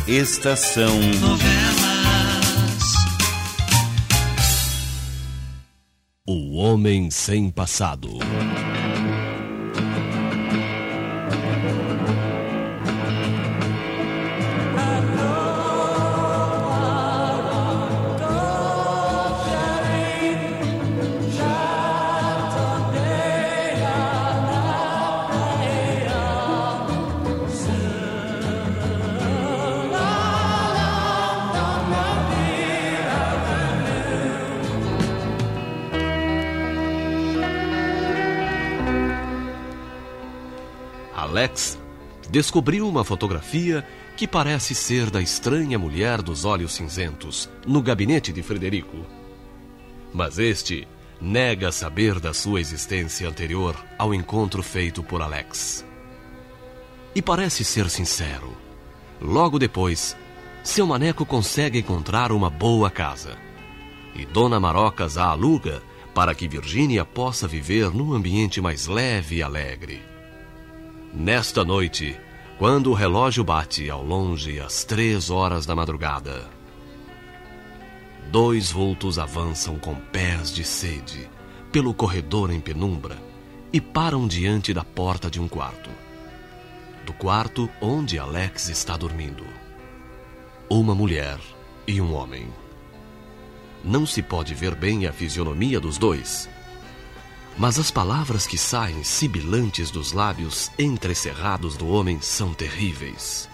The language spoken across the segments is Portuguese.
Estação Novelas. O Homem Sem Passado. Alex descobriu uma fotografia que parece ser da estranha mulher dos olhos cinzentos no gabinete de Frederico. Mas este nega saber da sua existência anterior ao encontro feito por Alex. E parece ser sincero. Logo depois, seu maneco consegue encontrar uma boa casa. E Dona Marocas a aluga para que Virgínia possa viver num ambiente mais leve e alegre. Nesta noite, quando o relógio bate ao longe às 3 horas da madrugada, 2 vultos avançam com pés de sede pelo corredor em penumbra e param diante da porta de um quarto. Do quarto onde Alex está dormindo. Uma mulher e um homem. Não se pode ver bem a fisionomia dos dois, mas as palavras que saem sibilantes dos lábios entrecerrados do homem são terríveis.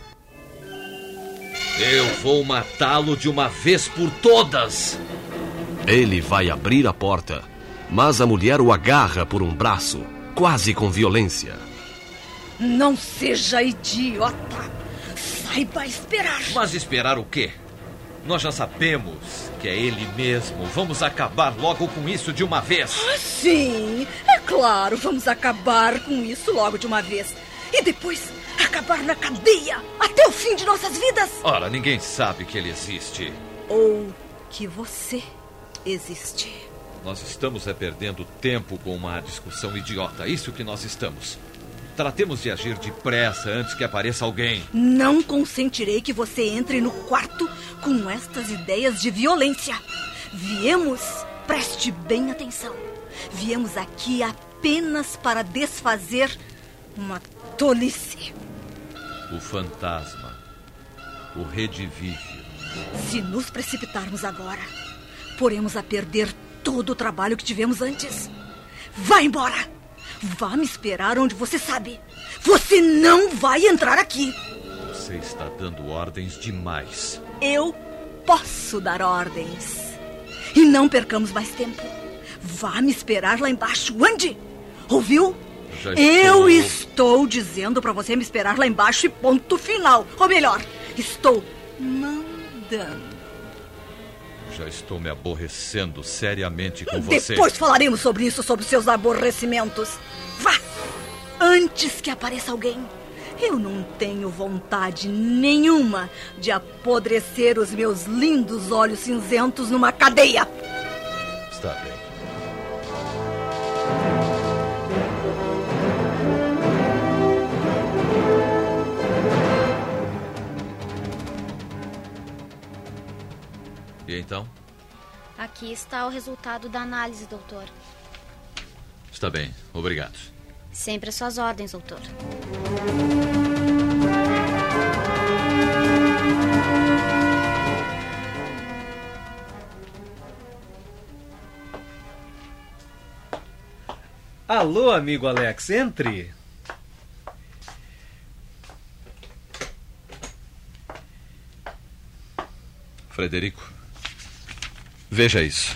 Eu vou matá-lo de uma vez por todas! Ele vai abrir a porta, mas a mulher o agarra por um braço, quase com violência. Não seja idiota! Saiba esperar! Mas esperar o quê? Nós já sabemos que é ele mesmo. Vamos acabar logo com isso de uma vez. Sim, é claro, vamos acabar com isso logo de uma vez. E depois acabar na cadeia até o fim de nossas vidas. Ora, ninguém sabe que ele existe. Ou que você existe. Nós estamos perdendo tempo com uma discussão idiota. Isso que nós estamos. Tratemos de agir depressa antes que apareça alguém. Não consentirei que você entre no quarto com estas ideias de violência. Viemos, preste bem atenção, viemos aqui apenas para desfazer uma tolice. O fantasma, o redivívio. Se nos precipitarmos agora, poremos a perder todo o trabalho que tivemos antes. Vá embora! Vá me esperar onde você sabe. Você não vai entrar aqui. Você está dando ordens demais. Eu posso dar ordens. E não percamos mais tempo. Vá me esperar lá embaixo. Ande! Ouviu? Eu estou dizendo para você me esperar lá embaixo e ponto final. Ou melhor, estou mandando. Já estou me aborrecendo seriamente com você. Depois falaremos sobre isso, sobre seus aborrecimentos. Vá! Antes que apareça alguém. Eu não tenho vontade nenhuma de apodrecer os meus lindos olhos cinzentos numa cadeia. Está bem. E então? Aqui está o resultado da análise, doutor. Está bem, obrigado. Sempre às suas ordens, doutor. Alô, amigo Alex, entre. Frederico, veja isso.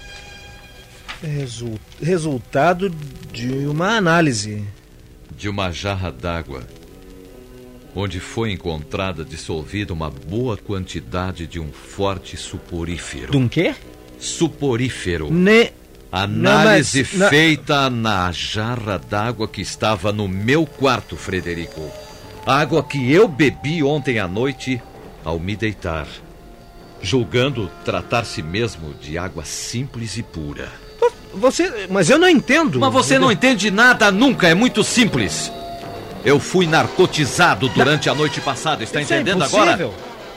Resultado de uma análise. De uma jarra d'água, onde foi encontrada dissolvida uma boa quantidade de um forte suporífero. De um quê? Suporífero. Análise feita na jarra d'água que estava no meu quarto, Frederico. Água que eu bebi ontem à noite ao me deitar, julgando tratar-se mesmo de água simples e pura. Mas eu não entendo. Mas você não entende nada nunca, é muito simples. Eu fui narcotizado durante a noite passada, está entendendo agora?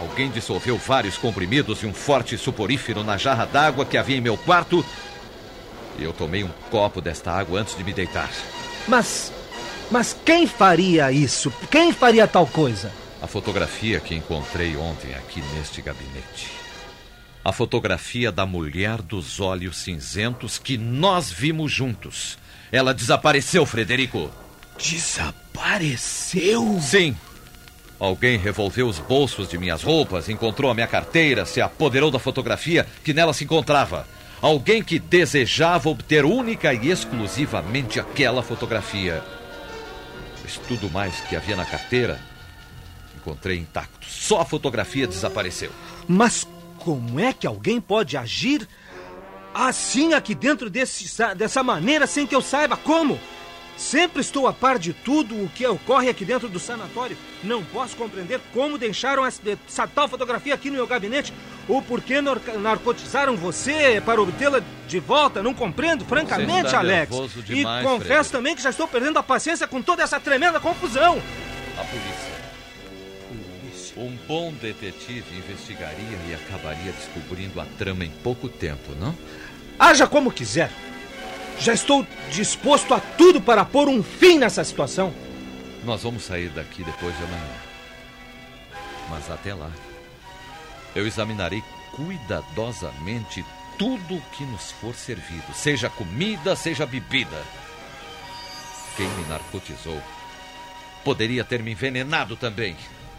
Alguém dissolveu vários comprimidos e um forte suporífero na jarra d'água que havia em meu quarto. E eu tomei um copo desta água antes de me deitar. Mas quem faria isso? Quem faria tal coisa? A fotografia que encontrei ontem aqui neste gabinete. A fotografia da mulher dos olhos cinzentos que nós vimos juntos. Ela desapareceu, Frederico. Desapareceu? Sim. Alguém revolveu os bolsos de minhas roupas, encontrou a minha carteira, se apoderou da fotografia que nela se encontrava. Alguém que desejava obter única e exclusivamente aquela fotografia. Mas tudo mais que havia na carteira encontrei intacto. Só a fotografia desapareceu. Mas como é que alguém pode agir assim aqui dentro dessa maneira sem que eu saiba como? Sempre estou a par de tudo o que ocorre aqui dentro do sanatório. Não posso compreender como deixaram essa tal fotografia aqui no meu gabinete ou por que narcotizaram você para obtê-la de volta. Não compreendo, francamente, está Alex. nervoso demais, E confesso Fred. também que já estou perdendo a paciência com toda essa tremenda confusão. A polícia. Um bom detetive investigaria e acabaria descobrindo a trama em pouco tempo, não? Haja como quiser. Já estou disposto a tudo para pôr um fim nessa situação. Nós vamos sair daqui depois de amanhã. Mas até lá, eu examinarei cuidadosamente tudo o que nos for servido. Seja comida, seja bebida. Quem me narcotizou poderia ter me envenenado também.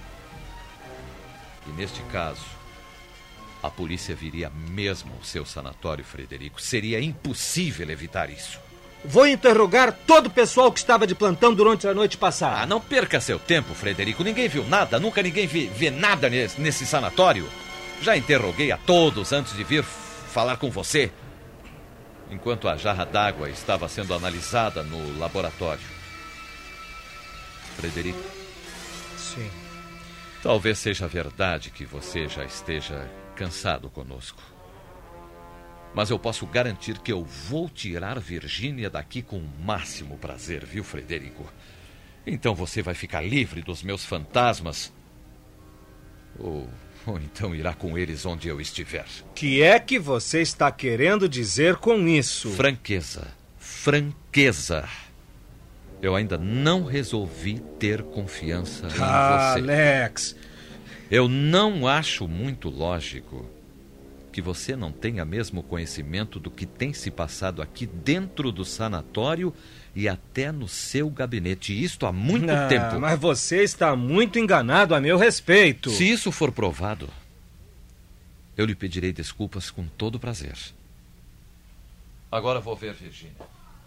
E neste caso, a polícia viria mesmo ao seu sanatório, Frederico. Seria impossível evitar isso. Vou interrogar todo o pessoal que estava de plantão durante a noite passada. Ah, não perca seu tempo, Frederico. Ninguém viu nada, nunca ninguém vê nada nesse sanatório. Já interroguei a todos antes de vir falar com você. Enquanto a jarra d'água estava sendo analisada no laboratório. Frederico? Sim. Talvez seja verdade que você já esteja cansado conosco. Mas eu posso garantir que eu vou tirar Virgínia daqui com o máximo prazer, viu, Frederico? Então você vai ficar livre dos meus fantasmas. Ou então irá com eles onde eu estiver. Que é que você está querendo dizer com isso? Franqueza. Franqueza. Eu ainda não resolvi ter confiança em você. Alex. Eu não acho muito lógico que você não tenha mesmo conhecimento do que tem se passado aqui dentro do sanatório e até no seu gabinete. Isto há muito tempo. Mas você está muito enganado a meu respeito. Se isso for provado, eu lhe pedirei desculpas com todo prazer. Agora vou ver Virgínia.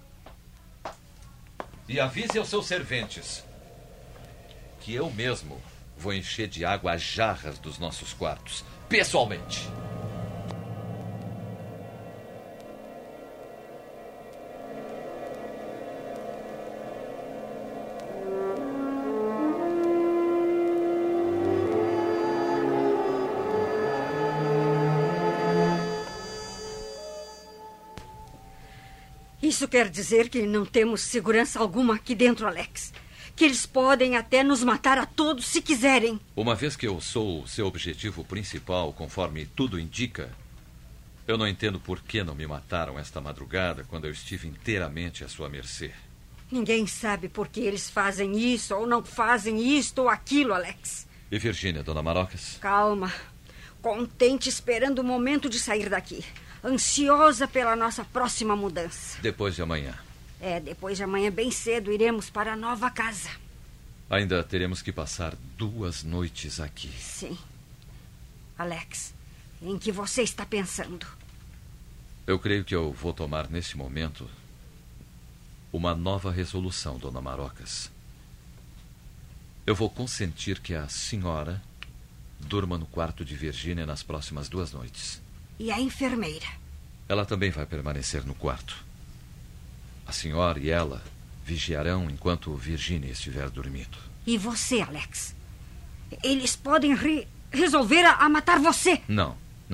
E avise aos seus serventes que eu mesmo vou encher de água as jarras dos nossos quartos, pessoalmente. Isso quer dizer que não temos segurança alguma aqui dentro, Alex. Que eles podem até nos matar a todos se quiserem. Uma vez que eu sou o seu objetivo principal, conforme tudo indica, eu não entendo por que não me mataram esta madrugada quando eu estive inteiramente à sua mercê. Ninguém sabe por que eles fazem isso ou não fazem isto ou aquilo, Alex. E Virgínia, dona Marocas? Calma. Contente esperando o momento de sair daqui. Ansiosa pela nossa próxima mudança. Depois de amanhã. Depois de amanhã, bem cedo, iremos para a nova casa. Ainda teremos que passar 2 noites aqui. Sim. Alex, em que você está pensando? Eu creio que eu vou tomar, neste momento, uma nova resolução, dona Marocas. Eu vou consentir que a senhora durma no quarto de Virgínia nas próximas 2 noites. E a enfermeira? Ela também vai permanecer no quarto. A senhora e ela vigiarão enquanto Virgínia estiver dormindo. E você, Alex? Eles podem resolver a matar você. Não.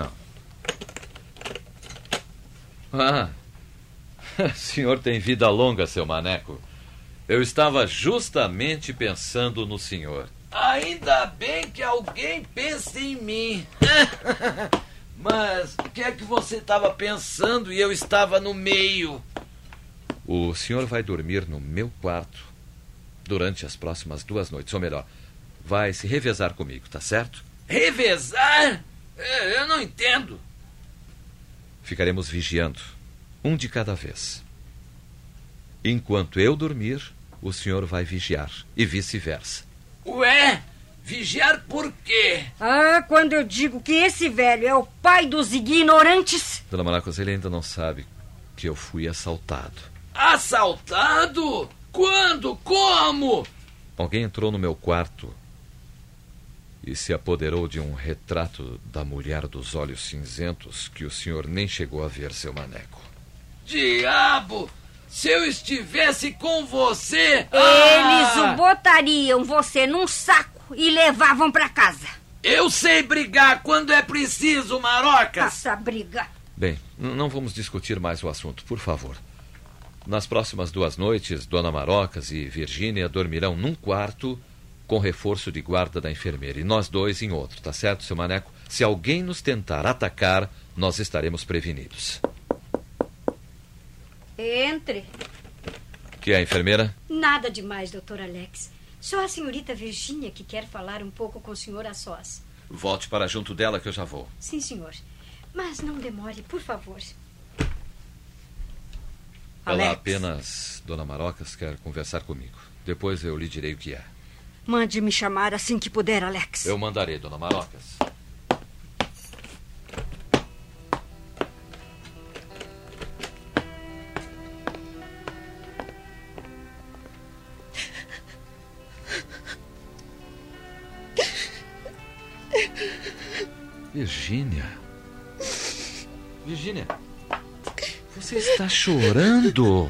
Ah, o senhor tem vida longa, seu maneco. Eu estava justamente pensando no senhor. Ainda bem que alguém pensa em mim. Mas o que é que você estava pensando e eu estava no meio? O senhor vai dormir no meu quarto durante as próximas 2 noites, ou melhor, vai se revezar comigo, tá certo? Revezar? Eu não entendo. Ficaremos vigiando, um de cada vez. Enquanto eu dormir, o senhor vai vigiar, e vice-versa. Ué? Vigiar por quê? Quando eu digo que esse velho é o pai dos ignorantes... Dona Maracos, ele ainda não sabe que eu fui assaltado. Assaltado? Quando? Como? Alguém entrou no meu quarto e se apoderou de um retrato da mulher dos olhos cinzentos que o senhor nem chegou a ver, seu maneco. Diabo! Se eu estivesse com você... Eles botariam você num saco e levavam pra casa. Eu sei brigar quando é preciso, Marocas. Essa briga. Bem, não vamos discutir mais o assunto, por favor. Nas próximas 2 noites, Dona Marocas e Virgínia dormirão num quarto com reforço de guarda da enfermeira e nós 2 em outro, tá certo, seu maneco? Se alguém nos tentar atacar, nós estaremos prevenidos. Entre. Que é, enfermeira? Nada demais, Dr. Alex. Só a senhorita Virgínia que quer falar um pouco com o senhor a sós. Volte para junto dela que eu já vou. Sim, senhor. Mas não demore, por favor. Ela Alex. apenas, Dona Marocas, quer conversar comigo. Depois eu lhe direi o que é. Mande me chamar assim que puder, Alex. Eu mandarei, Dona Marocas. Virgínia. Virgínia, você está chorando?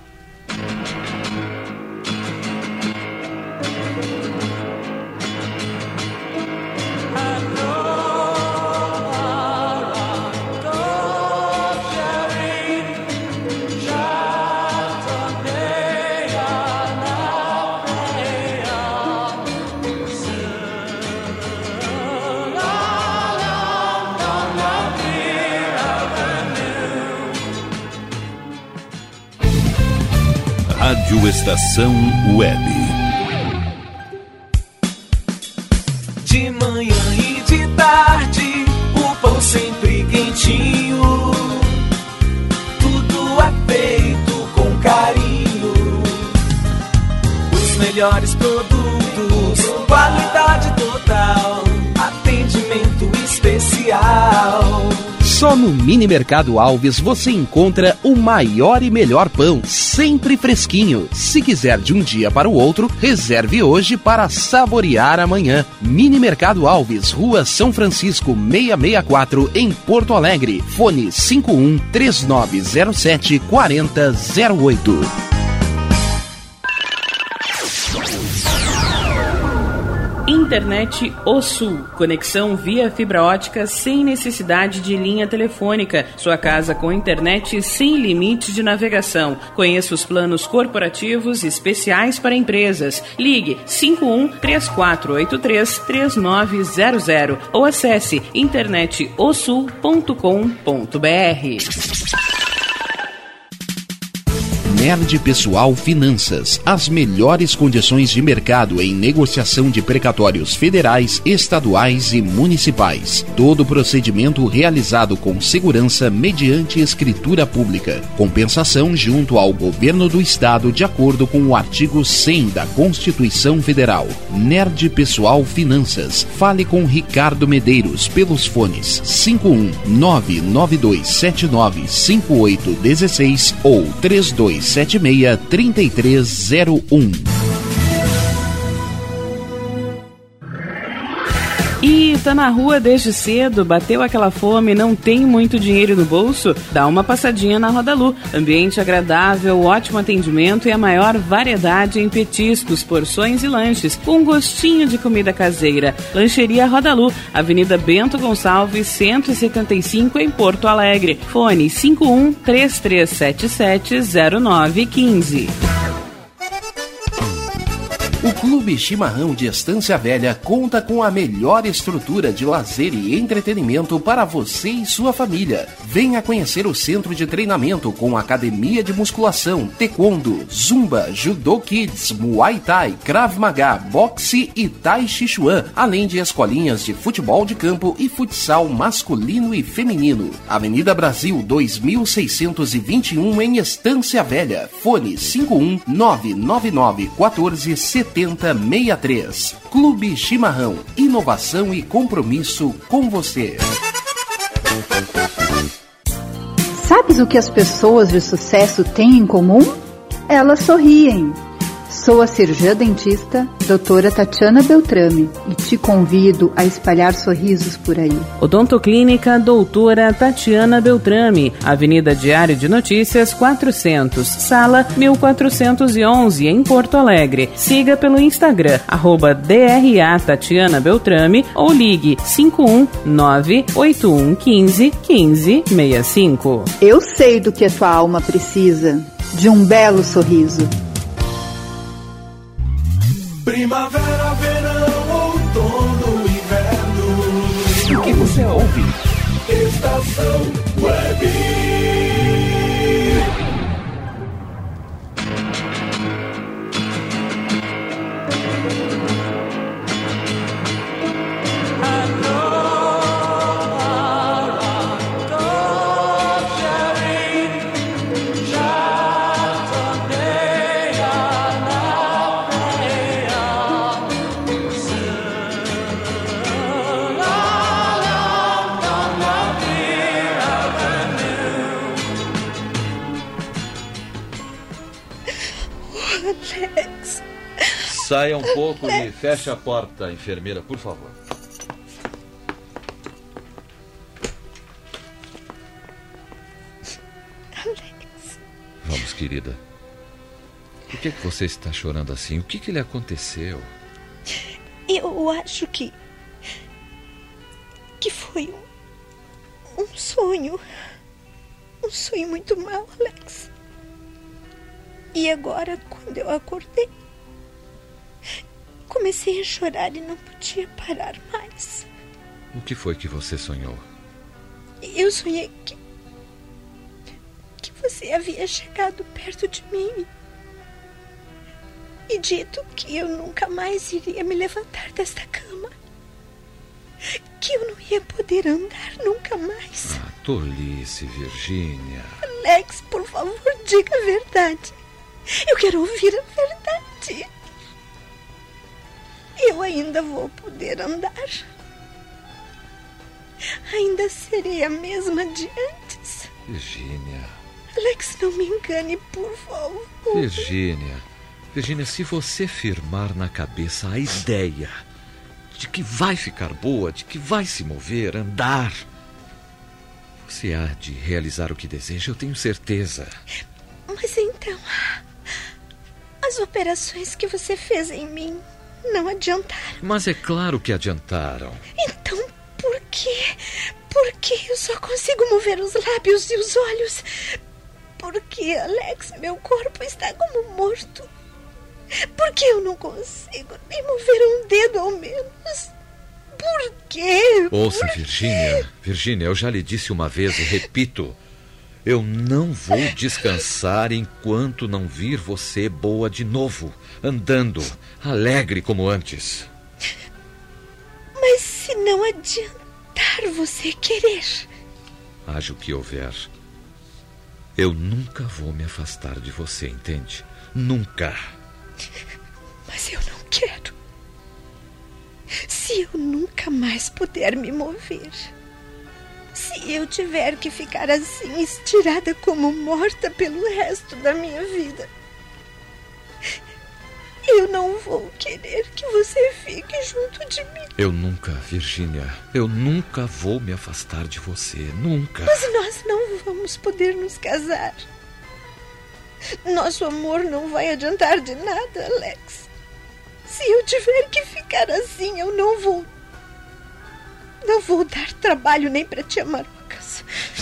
Rádio Estação Web. De manhã e de tarde, o pão sempre quentinho. Tudo é feito com carinho. Os melhores produtos, qualidade total, atendimento especial. Só no Mini Mercado Alves você encontra o maior e melhor pão, sempre fresquinho. Se quiser de um dia para o outro, reserve hoje para saborear amanhã. Mini Mercado Alves, Rua São Francisco 664, em Porto Alegre. Fone 51-3907-4008. Internet O Sul. Conexão via fibra ótica sem necessidade de linha telefônica. Sua casa com internet sem limite de navegação. Conheça os planos corporativos especiais para empresas. Ligue 51-3483-3900 ou acesse internetosul.com.br. Nerd Pessoal Finanças, as melhores condições de mercado em negociação de precatórios federais, estaduais e municipais. Todo procedimento realizado com segurança mediante escritura pública. Compensação junto ao governo do estado de acordo com o artigo 100 da Constituição Federal. Nerd Pessoal Finanças. Fale com Ricardo Medeiros pelos fones 51992795816 ou 3276-3301. E tá na rua desde cedo, bateu aquela fome, não tem muito dinheiro no bolso? Dá uma passadinha na Rodalu. Ambiente agradável, ótimo atendimento e a maior variedade em petiscos, porções e lanches, com gostinho de comida caseira. Lancheria Rodalu, Avenida Bento Gonçalves, 175, em Porto Alegre. Fone 51-3377-0915. O Clube Chimarrão de Estância Velha conta com a melhor estrutura de lazer e entretenimento para você e sua família. Venha conhecer o centro de treinamento com academia de musculação, taekwondo, zumba, judô kids, muay thai, krav maga, boxe e tai chi chuan, além de escolinhas de futebol de campo e futsal masculino e feminino. Avenida Brasil 2621 em Estância Velha. Fone 51 999 14 7063. Clube Chimarrão. Inovação e compromisso com você. Sabes o que as pessoas de sucesso têm em comum? Elas sorriem. Sou a cirurgiã dentista, doutora Tatiana Beltrame, e te convido a espalhar sorrisos por aí. Odontoclínica doutora Tatiana Beltrame, Avenida Diário de Notícias 400, Sala 1411, em Porto Alegre. Siga pelo Instagram, @DRA Tatiana Beltrame, ou ligue 519-8115-1565. Eu sei do que a tua alma precisa, de um belo sorriso. Primavera, verão, outono, inverno. O que você ouve? Estação Web. Saia um pouco e feche a porta, enfermeira, por favor. Alex. Vamos, querida. Por que você está chorando assim? O que lhe aconteceu? Eu acho que foi um sonho. Um sonho muito mau, Alex. E agora, quando eu acordei, comecei a chorar e não podia parar mais. O que foi que você sonhou? Eu sonhei que você havia chegado perto de mim e dito que eu nunca mais iria me levantar desta cama. Que eu não ia poder andar nunca mais. Ah, tolice, Virgínia. Alex, por favor, diga a verdade. Eu quero ouvir a verdade. Eu ainda vou poder andar. Ainda serei a mesma de antes. Virgínia. Alex, não me engane, por favor. Virgínia, se você firmar na cabeça a ideia de que vai ficar boa, de que vai se mover, andar, você há de realizar o que deseja, eu tenho certeza. Mas então, as operações que você fez em mim não adiantaram. Mas é claro que adiantaram. Então, por quê? Por que eu só consigo mover os lábios e os olhos? Porque, Alex, meu corpo está como morto. Por que eu não consigo nem mover um dedo ao menos? Por quê? Ouça, Virgínia, eu já lhe disse uma vez e repito. Eu não vou descansar enquanto não vir você boa de novo, andando, alegre como antes. Mas se não adiantar você querer... Haja o que houver, eu nunca vou me afastar de você, entende? Nunca. Mas eu não quero. Se eu nunca mais puder me mover... Se eu tiver que ficar assim, estirada como morta pelo resto da minha vida, eu não vou querer que você fique junto de mim. Eu nunca, Virgínia, eu nunca vou me afastar de você, nunca. Mas nós não vamos poder nos casar. Nosso amor não vai adiantar de nada, Alex. Se eu tiver que ficar assim, eu não vou dar trabalho nem para tia Marocas.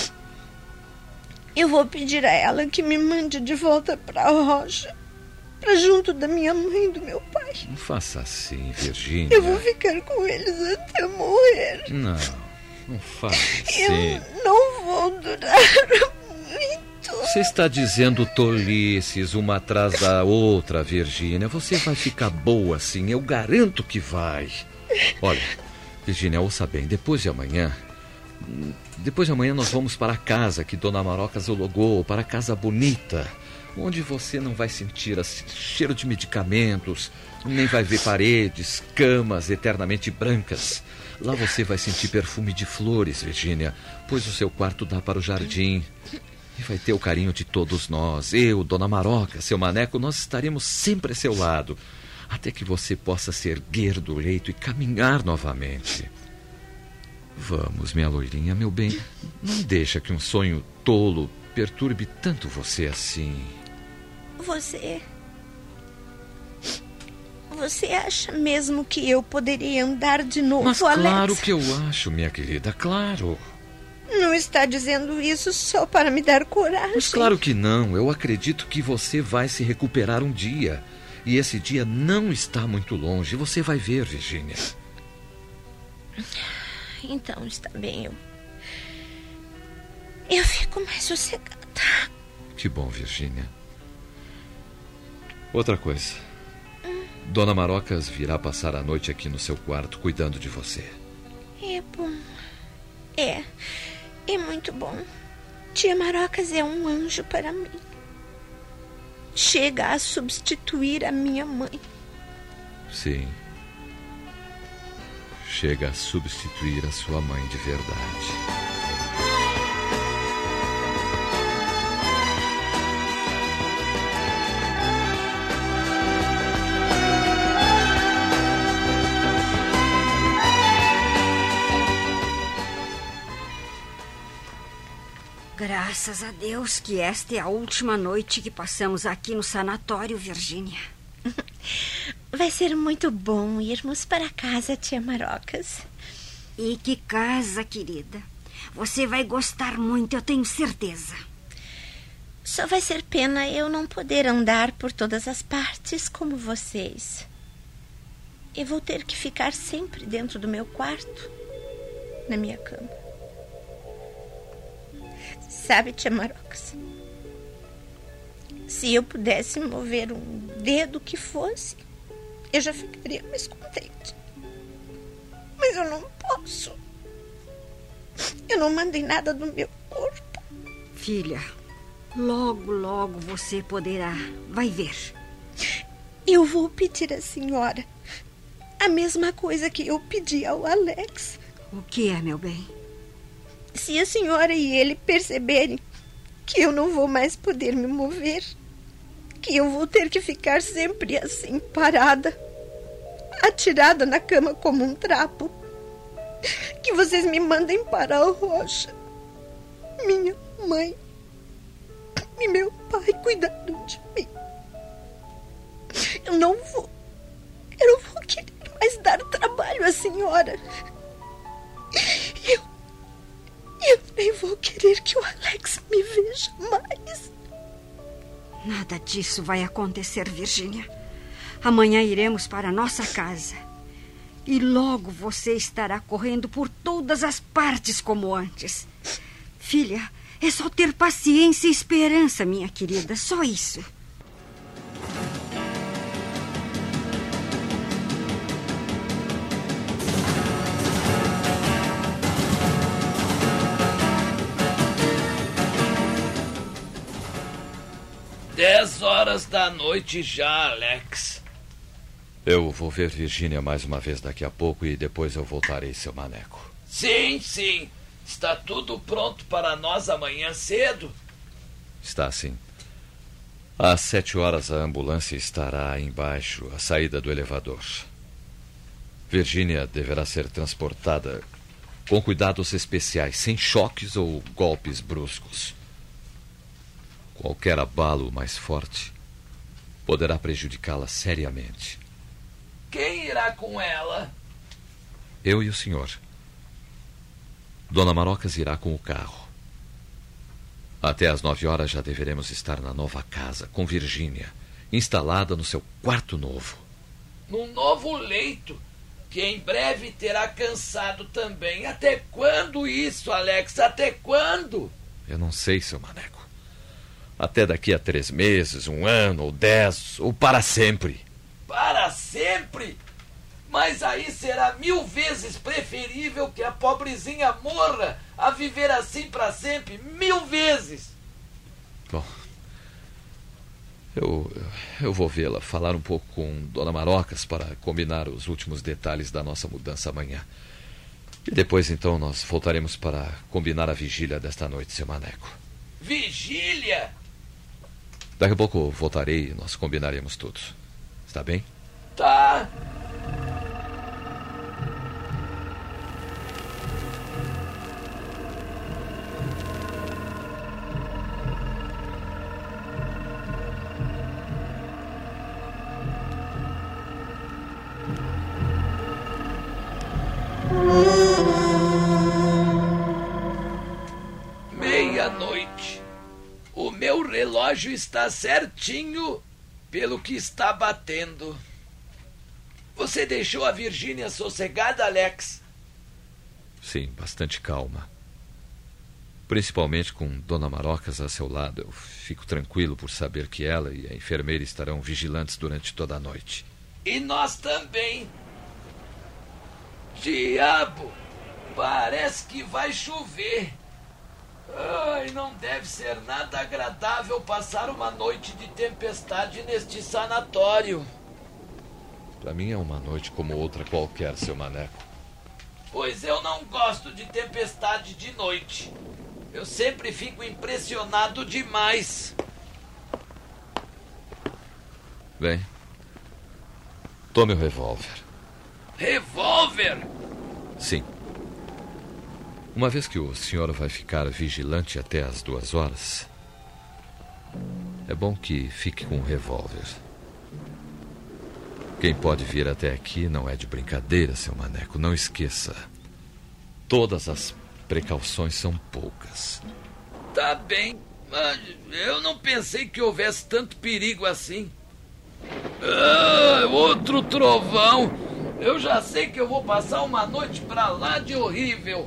Eu vou pedir a ela que me mande de volta para a rocha, para junto da minha mãe e do meu pai. pai. Não faça assim, Virgínia. Eu vou ficar com eles até morrer. Não faça assim. Eu não vou durar muito. Você está dizendo tolices uma atrás da outra, Virgínia. Você vai ficar boa assim, eu garanto que vai. Olha, Virgínia, ouça bem, depois de amanhã nós vamos para a casa que Dona Marocas alugou, para a casa bonita, onde você não vai sentir cheiro de medicamentos, nem vai ver paredes, camas eternamente brancas. Lá você vai sentir perfume de flores, Virgínia, pois o seu quarto dá para o jardim. E vai ter o carinho de todos nós. Eu, Dona Maroca, seu maneco, nós estaremos sempre a seu lado, até que você possa se erguer do leito e caminhar novamente. Vamos, minha loirinha, meu bem, não deixa que um sonho tolo perturbe tanto você assim. Você acha mesmo que eu poderia andar de novo, Mas Alex? Claro que eu acho, minha querida, claro. Não está dizendo isso só para me dar coragem? Mas claro que não. Eu acredito que você vai se recuperar um dia. E esse dia não está muito longe. Você vai ver, Virgínia. Então está bem, eu fico mais sossegada. Que bom, Virgínia. Outra coisa. Dona Marocas virá passar a noite aqui no seu quarto cuidando de você. É bom. É muito bom. Tia Marocas é um anjo para mim. Chega a substituir a minha mãe. Sim. Chega a substituir a sua mãe de verdade. Graças a Deus que esta é a última noite que passamos aqui no sanatório, Virgínia. Vai ser muito bom irmos para casa, tia Marocas. E que casa, querida. Você vai gostar muito, eu tenho certeza. Só vai ser pena eu não poder andar por todas as partes como vocês. Eu vou ter que ficar sempre dentro do meu quarto, na minha cama. Sabe, tia Marocas, se eu pudesse mover um dedo que fosse, eu já ficaria mais contente. Mas eu não posso. Eu não mandei nada do meu corpo. Filha, logo, logo você poderá. Vai ver. Eu vou pedir à senhora a mesma coisa que eu pedi ao Alex. O que é, meu bem? Se a senhora e ele perceberem que eu não vou mais poder me mover, que eu vou ter que ficar sempre assim, parada, atirada na cama como um trapo, que vocês me mandem para a rocha. Minha mãe e meu pai cuidaram de mim. Eu não vou querer mais dar trabalho à senhora. Eu nem vou querer que o Alex me veja mais. Nada disso vai acontecer, Virgínia. Amanhã iremos para a nossa casa. E logo você estará correndo por todas as partes como antes. Filha, é só ter paciência e esperança, minha querida. Só isso. Horas da noite já, Alex. Eu vou ver Virgínia mais uma vez daqui a pouco e depois eu voltarei, seu maneco. Sim. Está tudo pronto para nós amanhã cedo? Está sim. Às 7 horas a ambulância estará embaixo, à saída do elevador. Virgínia deverá ser transportada com cuidados especiais, sem choques ou golpes bruscos. Qualquer abalo mais forte poderá prejudicá-la seriamente. Quem irá com ela? Eu e o senhor. Dona Marocas irá com o carro. Até às 9 horas já deveremos estar na nova casa, com Virgínia, instalada no seu quarto novo. num novo leito, que em breve terá cansado também. Até quando isso, Alex? Até quando? Eu não sei, seu Maneco. Até daqui a 3 meses, 1 ano, ou 10, ou para sempre. Para sempre? Mas aí será 1000 vezes preferível que a pobrezinha morra a viver assim para sempre. 1000 vezes! Bom, eu vou vê-la, falar um pouco com Dona Marocas para combinar os últimos detalhes da nossa mudança amanhã. E depois, então, nós voltaremos para combinar a vigília desta noite, seu Maneco. Vigília? Daqui a pouco eu voltarei e nós combinaremos tudo. Está bem? Tá. Meia-noite. O meu relógio está certinho pelo que está batendo. Você deixou a Virgínia sossegada, Alex? Sim, bastante calma. Principalmente com Dona Marocas a seu lado. Eu fico tranquilo por saber que ela e a enfermeira estarão vigilantes durante toda a noite. E nós também. Diabo! Parece que vai chover. Ai, não deve ser nada agradável passar uma noite de tempestade neste sanatório. Para mim é uma noite como outra qualquer, seu Maneco. Pois eu não gosto de tempestade de noite. Eu sempre fico impressionado demais. Bem, tome o revólver. Revólver? Sim. Uma vez que o senhor vai ficar vigilante até as 2 horas, é bom que fique com o revólver. Quem pode vir até aqui não é de brincadeira, seu Maneco. Não esqueça. Todas as precauções são poucas. Tá bem, mas eu não pensei que houvesse tanto perigo assim. Outro trovão! Eu já sei que eu vou passar uma noite pra lá de horrível.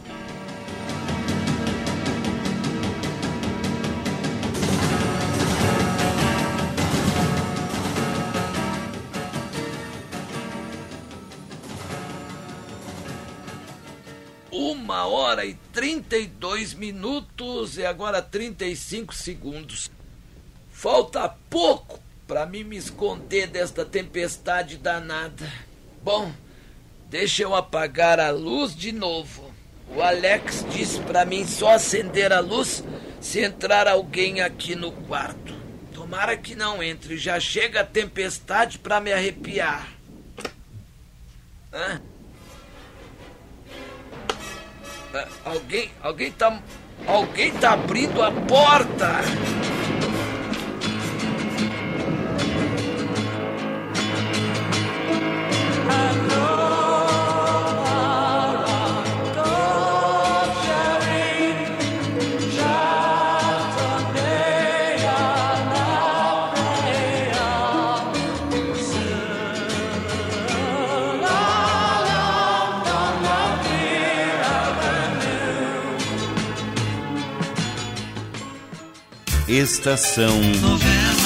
Uma hora e 32 minutos e agora 35 segundos. Falta pouco para mim me esconder desta tempestade danada. Bom, deixa eu apagar a luz de novo. O Alex disse para mim só acender a luz se entrar alguém aqui no quarto. Tomara que não entre, já chega a tempestade para me arrepiar. Hã? Alguém tá abrindo a porta. Estação Novela.